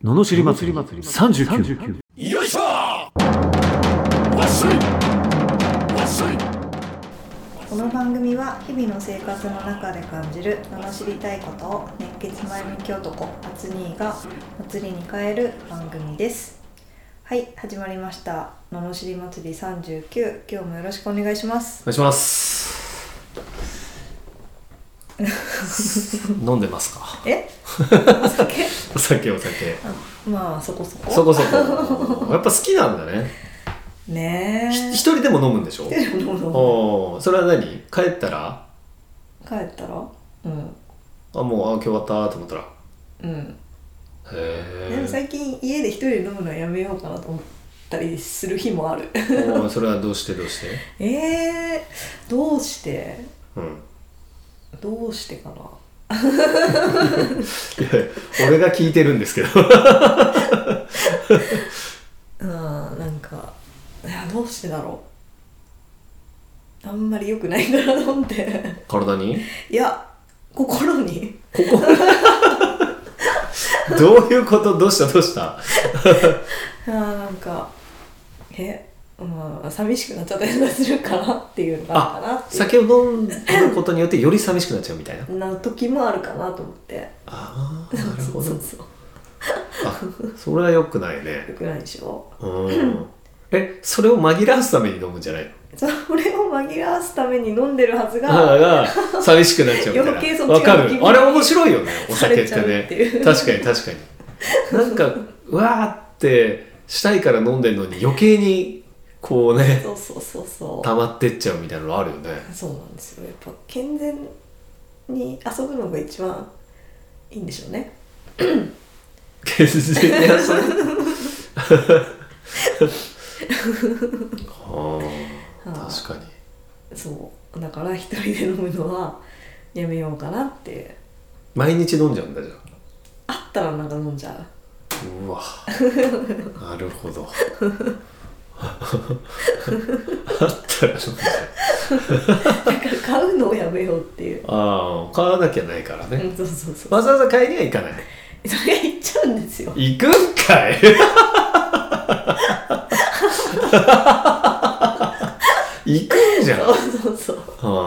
ののしり祭り39。 よいしょわっしょいわっしょい。 この番組は日々の生活の中で感じる罵りたいことを熱血前向き男アツニーが祭りに変える番組です。はい、始まりました罵り祭り39。今日もよろしくお願いします。 お願いします。飲んでますか？ お酒お酒まあそこそこやっぱ好きなんだね。 ねえ。 一人でも飲むんでしょ？ 一人でも飲む。 おー、それは何？帰ったらうんもう今日終わったと思ったらうんへでも最近家で一人で飲むのはやめようかなと思ったりする日もある。 それはどうしてどうしてどうしてかな。 いや俺が聞いてるんですけどなんかどうしてだろう。あんまり良くないなと思って体に？ いや心に。 どういうこと？どうしたなんか寂しくなっちゃったりするかなっていうのがあるかなっていう。 酒を飲んだことによってより寂しくなっちゃうみたいな時もあるかなと思って。 なるほど。 そうそれは良くないね。 良くないでしょ。 それを紛らわすために飲むんじゃないの？ それを紛らわすために飲んでるはずが寂しくなっちゃうみたいな。 余計そっわかる。 ちが気分にあれ面白いよね、お酒ってされちゃうねっていう。 確かになんかうわーってしたいから飲んでるのに余計にこうねそう溜まってっちゃうみたいなのあるよね。 そうなんですよ。やっぱ健全に遊ぶのが一番いいんでしょうね。 健全に遊ぶ確かに。 そうだから一人で飲むのはやめようかなって。 毎日飲んじゃうんだじゃあったらなんか飲んじゃう。 うわなるほどあったら飲んじゃだから買うのをやめようっていう。 買わなきゃないからね、 そうわざわざ買いには行かない。 それが行っちゃうんですよ。 行くんかい行くんじゃん。 そう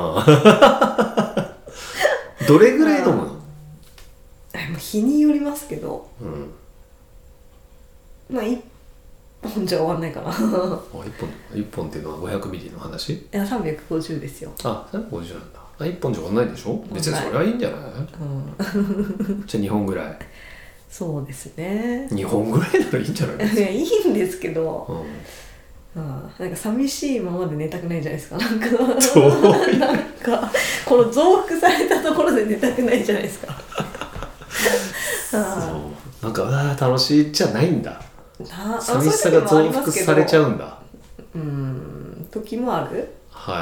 どれぐらい飲むの？ 日によりますけど、1本じゃ終わんないかな。 1本っていうのは500ミリの話？ いや350ですよ。 350なんだ。1本じゃ終わんないでしょ？別にそれはいいんじゃない？じゃあ2本ぐらい。 そうですね。 2本ぐらいならいいんじゃないですか？ いいんですけど、なんか寂しいままで寝たくないじゃないですか。なんかこの増幅されたところで寝たくないじゃないですか。 なんか楽しいじゃないんだ。寂しさが増幅されちゃうんだ。 時もある。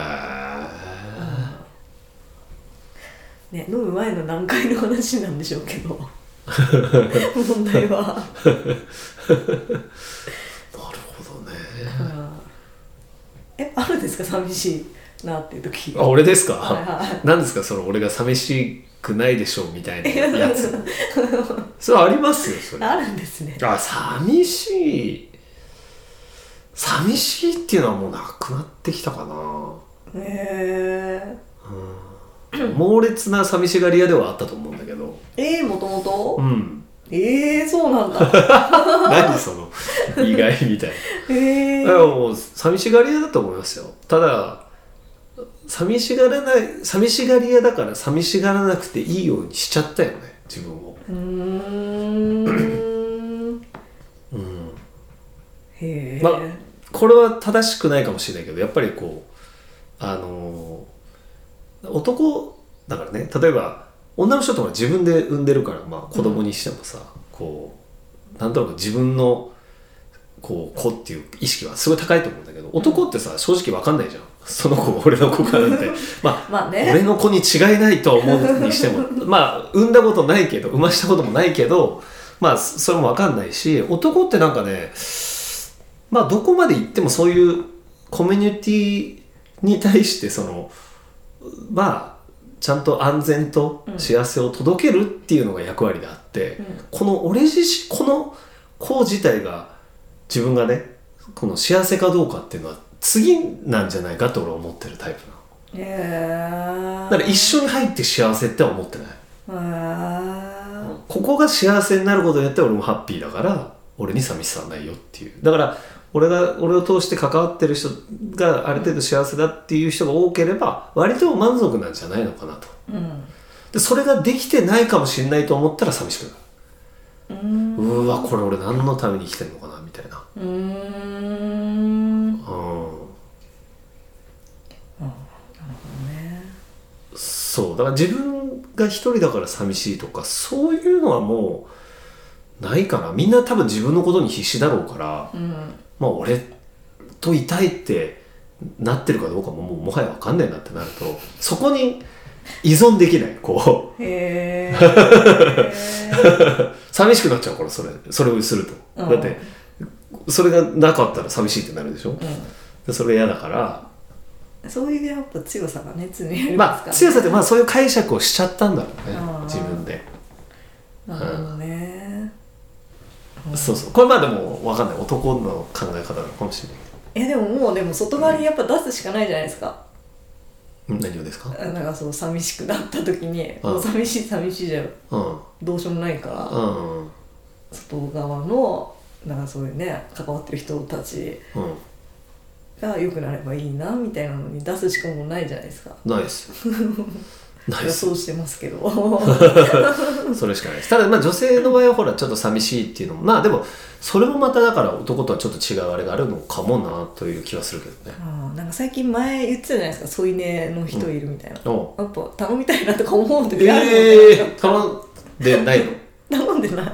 飲む前の段階の話なんでしょうけど問題はなるほどね。 あるんですか？寂しいなっていう時。 俺ですか？何ですかその俺が寂しくないでしょうみたいなやつそれありますよ。それあるんですね。 寂しいっていうのはもうなくなってきたかな。猛烈な寂しがり屋ではあったと思うんだけど。 もともと？そうなんだ。 何その意外みたいな。もう寂しがり屋だと思いますよ。ただ寂しがり屋だから寂しがらなくていいようにしちゃったよね、自分を。これは正しくないかもしれないけど、やっぱりこう男だからね。例えば女の人とか自分で産んでるから、子供にしてもさ、こうなんとなく自分のこう子っていう意識はすごい高いと思うんだけど、男ってさ正直わかんないじゃん。その子が俺の子かなんて俺の子に違いないとは思うにしても産んだことないけど、産ましたこともないけど、それもわかんないし、男ってなんかね、どこまで行ってもそういうコミュニティに対してちゃんと安全と幸せを届けるっていうのが役割であって、 、この俺自身この子自体が自分がねこの幸せかどうかっていうのは次なんじゃないかって俺は思ってるタイプなの。だから一緒に入って幸せっては思ってない。ここが幸せになることによって俺もハッピーだから俺に寂しさはないよっていう。だから俺を通して関わってる人がある程度幸せだっていう人が多ければ割と満足なんじゃないのかなと、でそれができてないかもしれないと思ったら寂しくなる。うわこれ俺何のために生きてんのかなみたいな。そうだから自分が一人だから寂しいとかそういうのはもうないかな。みんな多分自分のことに必死だろうから、まあ俺といたいってなってるかどうかももはや分かんないなってなるとそこに依存できないこう寂しくなっちゃうからそれをすると、だってそれがなかったら寂しいってなるでしょ、でそれ嫌だからそういうやっぱ強さがね常にありますからね。 まあ強さってまあそういう解釈をしちゃったんだろうね自分で。 なるほどね、 そうそうこれまあでも分かんない男の考え方なのかもしれない。 でももうでも外側にやっぱ出すしかないじゃないですか。 何をですか。 なんかそう寂しくなった時に、もう寂しいじゃどうしようもないから、外側のなんかそういうね関わってる人たちが良くなればいいなみたいなのに出すしかもうないじゃないですか。 ないですないです。 そうしてますけどそれしかないです。ただまあ女性の場合はほらちょっと寂しいっていうのもまあでもそれもまただから男とはちょっと違うあれがあるのかもなという気はするけどね。 なんか最近前言ってたじゃないですか添い寝の人いるみたいな、やっぱ頼みたいなとか思う時あるの頼んでないの頼んでない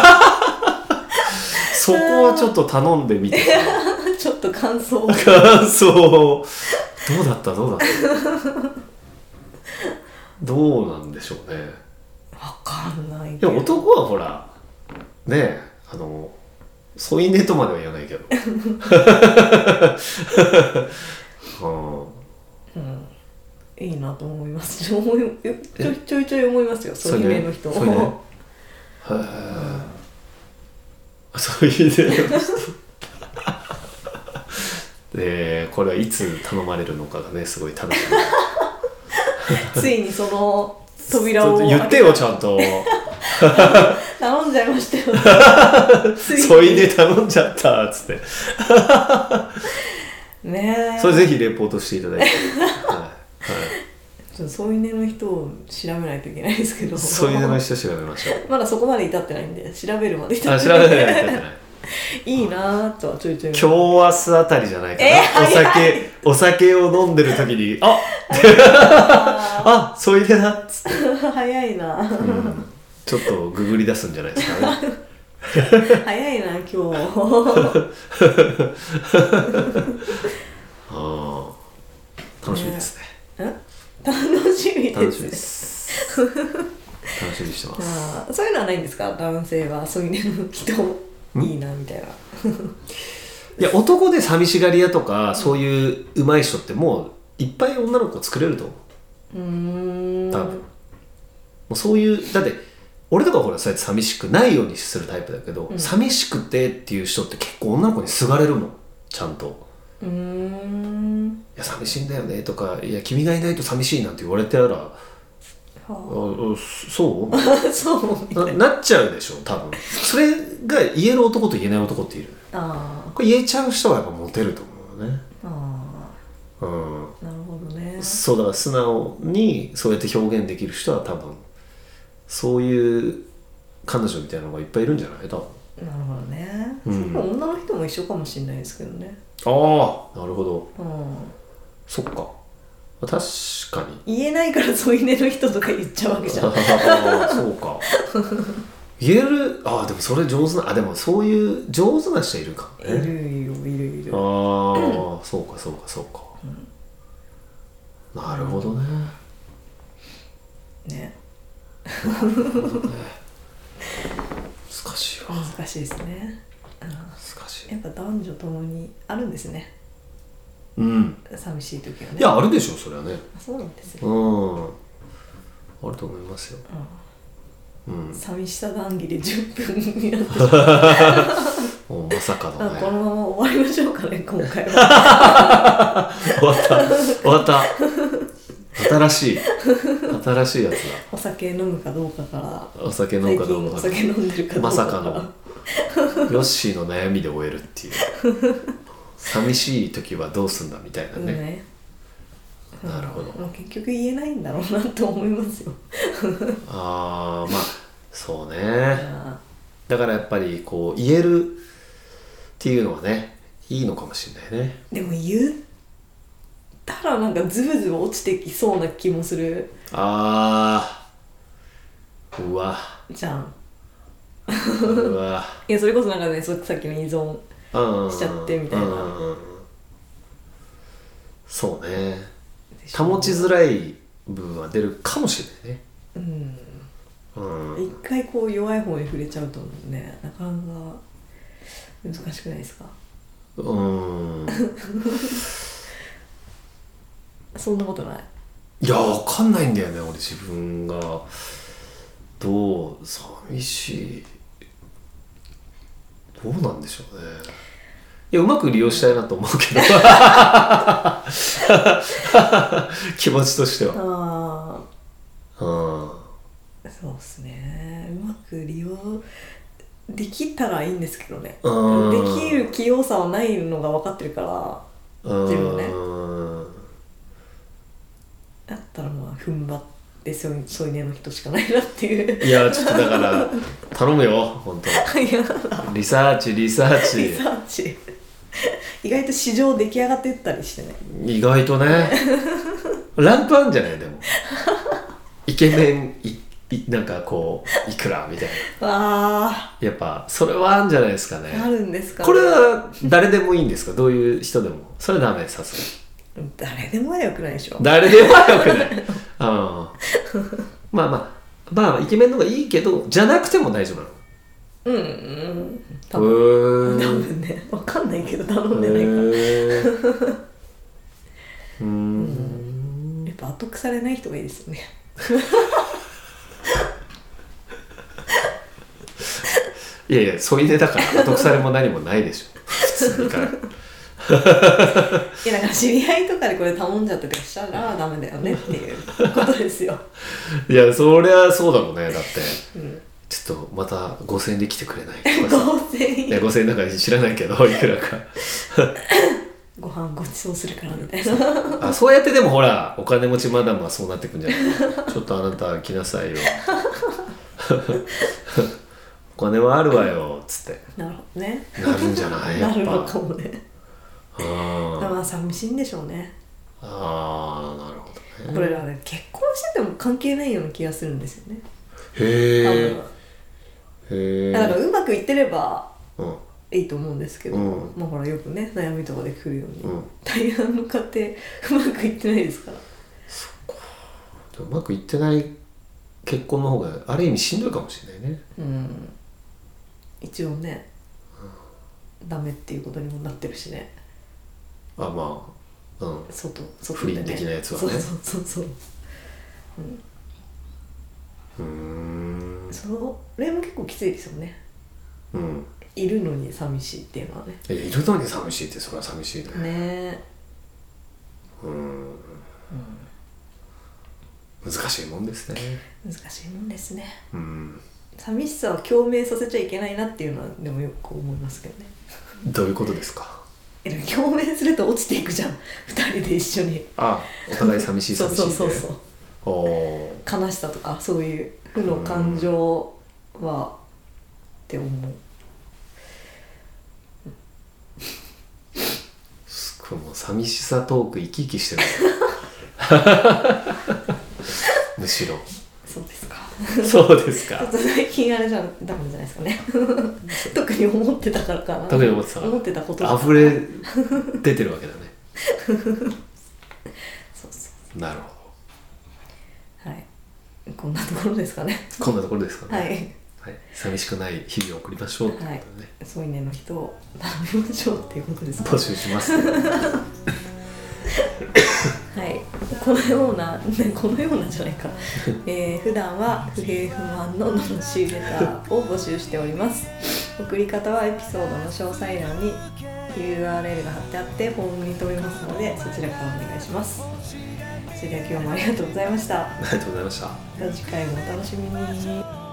そこはちょっと頼んでみてちょっと感想どうだったどうなんでしょうね。 分かんないけでども男はほらね添い寝とまでは言わないけどいいなと思いますちょいちょい思いますよ添い寝の人。 そういうねでこれはいつ頼まれるのかがねすごい楽しみついにその扉を言ってよちゃんと頼んじゃいましたよ添い寝頼んじゃったっつってねえそれぜひレポートしていただいてちょっと添い寝の人を調べないといけないですけど添い寝の人調べましょうまだそこまで至ってないんで調べるまで至って調べないといけないいいなぁとはちょいちょい今日明日あたりじゃないかな、お酒を飲んでる時にあ添い寝だっつって早いな、 ちょっとググり出すんじゃないですかね早いな今日楽しみですね。 楽しみですね。 楽しみです楽しみにしてます。 そういうのはないんですか。男性は添い寝の人いいなみたいな。 いや男で寂しがり屋とかそういう上手い人ってもういっぱい女の子作れると思う。多分もうそういうだって俺とかほらそうやって寂しくないようにするタイプだけど、寂しくてっていう人って結構女の子にすがれるもんちゃんと。いや寂しいんだよねとかいや君がいないと寂しいなんて言われてたらそうそうなっちゃうでしょ多分。それが言える男と言えない男っている。これ言えちゃう人はやっぱモテると思うよね。 なるほどね。 そうだから素直にそうやって表現できる人は多分そういう彼女みたいなのがいっぱいいるんじゃない多分。 なるほどね。それも女の人も一緒かもしれないですけどね。 ああなるほど。そっか確かに言えないから添い寝の人とか言っちゃうわけじゃんそうか言えるでもそれ上手なでもそういう上手な人いるかもね。いるそうか、なるほどねなるほどね難しいわ。 難しいですね。 難しい。 やっぱ男女ともにあるんですね。寂しい時はね。 いやあるでしょそれはね。 そうなんですよ。 あると思いますよ。 うん寂しさ談義で10分になってしまったもうまさかのねこのまま終わりましょうかね今回は終わった新しいやつだ。 お酒飲むかどうかからお酒飲むかどうか最近お酒飲んでるかどうかからまさかのヨッシーの悩みで終えるっていう寂しい時はどうすんだみたいなね、なるほど。 もう結局言えないんだろうなと思いますよああまあそうね。だからやっぱりこう言えるっていうのはねいいのかもしれないね。 でも言ったらなんかズブズブ落ちてきそうな気もするあーうわじゃんうわいやそれこそなんかねさっきの依存しちゃってみたいなそうね保ちづらい部分は出るかもしれないね。 一回こう弱い方に触れちゃうとねなかなか難しくないですか。そんなことない。 いやわかんないんだよね俺自分がどう寂しいどうなんでしょうね。いやうまく利用したいなと思うけど気持ちとしてはそうですねうまく利用できたらいいんですけどね。できる器用さはないのが分かってるから自分ねだったらまあ踏ん張って添い寝の人しかないなっていういやちょっとだから頼むよ本当リサーチ意外と市場出来上がってったりしてね。 意外とねランクあるんじゃないでもイケメンなんかこういくらみたいなやっぱそれはあるんじゃないですかね。 あるんですかね。 これは誰でもいいんですかどういう人でもそれはダメさすがに。 誰でもはよくないでしょ。 誰でもはよくないまあイケメンの方がいいけどじゃなくても大丈夫なの。 多分ね分かんないけど頼んでないからやっぱ後腐れない人がいいですよねいや添い寝だから後腐れも何もないでしょ普通にからいやだから知り合いとかでこれ頼んじゃってとかしたらダメだよねっていうことですよいやそりゃそうだろうねだって、ちょっとまた5000円で来てくれないとかさ 5000円いや5000円なんか知らないけどいくらかご飯ごちそうするからみたいなそうやってでもほらお金持ちマダムはそうなってくんじゃないちょっとあなた来なさいよお金はあるわよっつってなるほどねなるんじゃないやっぱなるのかもねまあ寂しいんでしょうね。 なるほどね。 これらね結婚してても関係ないような気がするんですよね。 へえ。だからうまくいってればいいと思うんですけど、まあほらよくね悩みとかで来るように、大半の家庭うまくいってないですから。 そっか。うまくいってない結婚の方がある意味しんどいかもしれないね。 一応ね、ダメっていうことにもなってるしね。 外不倫的なやつはね。 そうそれも結構きついですよね。いるのに寂しいっていうのはね。 いるのに寂しいってそれは寂しいね。難しいもんですね。 難しいもんですね。寂しさを共鳴させちゃいけないなっていうのはでもよく思いますけどね。 どういうことですか。 共鳴すると落ちていくじゃん2人で一緒に。 お互い寂しい寂しいでそう悲しさとかそういう負の感情はって思う。 すごいもう寂しさトーク生き生きしてるむしろそうですか。 そうですか。 ちょっと最近あれじゃダメじゃないですかね特に思ってたからかな。 特に思ってたこと溢れ出てるわけだねそうなるほど。はいこんなところですかね。 こんなところですかね。 はい、 寂しくない日々を送りましょうってことでね。 添い寝の人を頼みましょうっていうことですか。 募集します、ね、 はいこのようなこのようなじゃないか、普段は不平不満の罵りレターを募集しております。送り方はエピソードの詳細欄に URL が貼ってあってフォームに飛びますので、そちらからお願いします。それでは今日もありがとうございました。 ありがとうございました。 また次回もお楽しみに。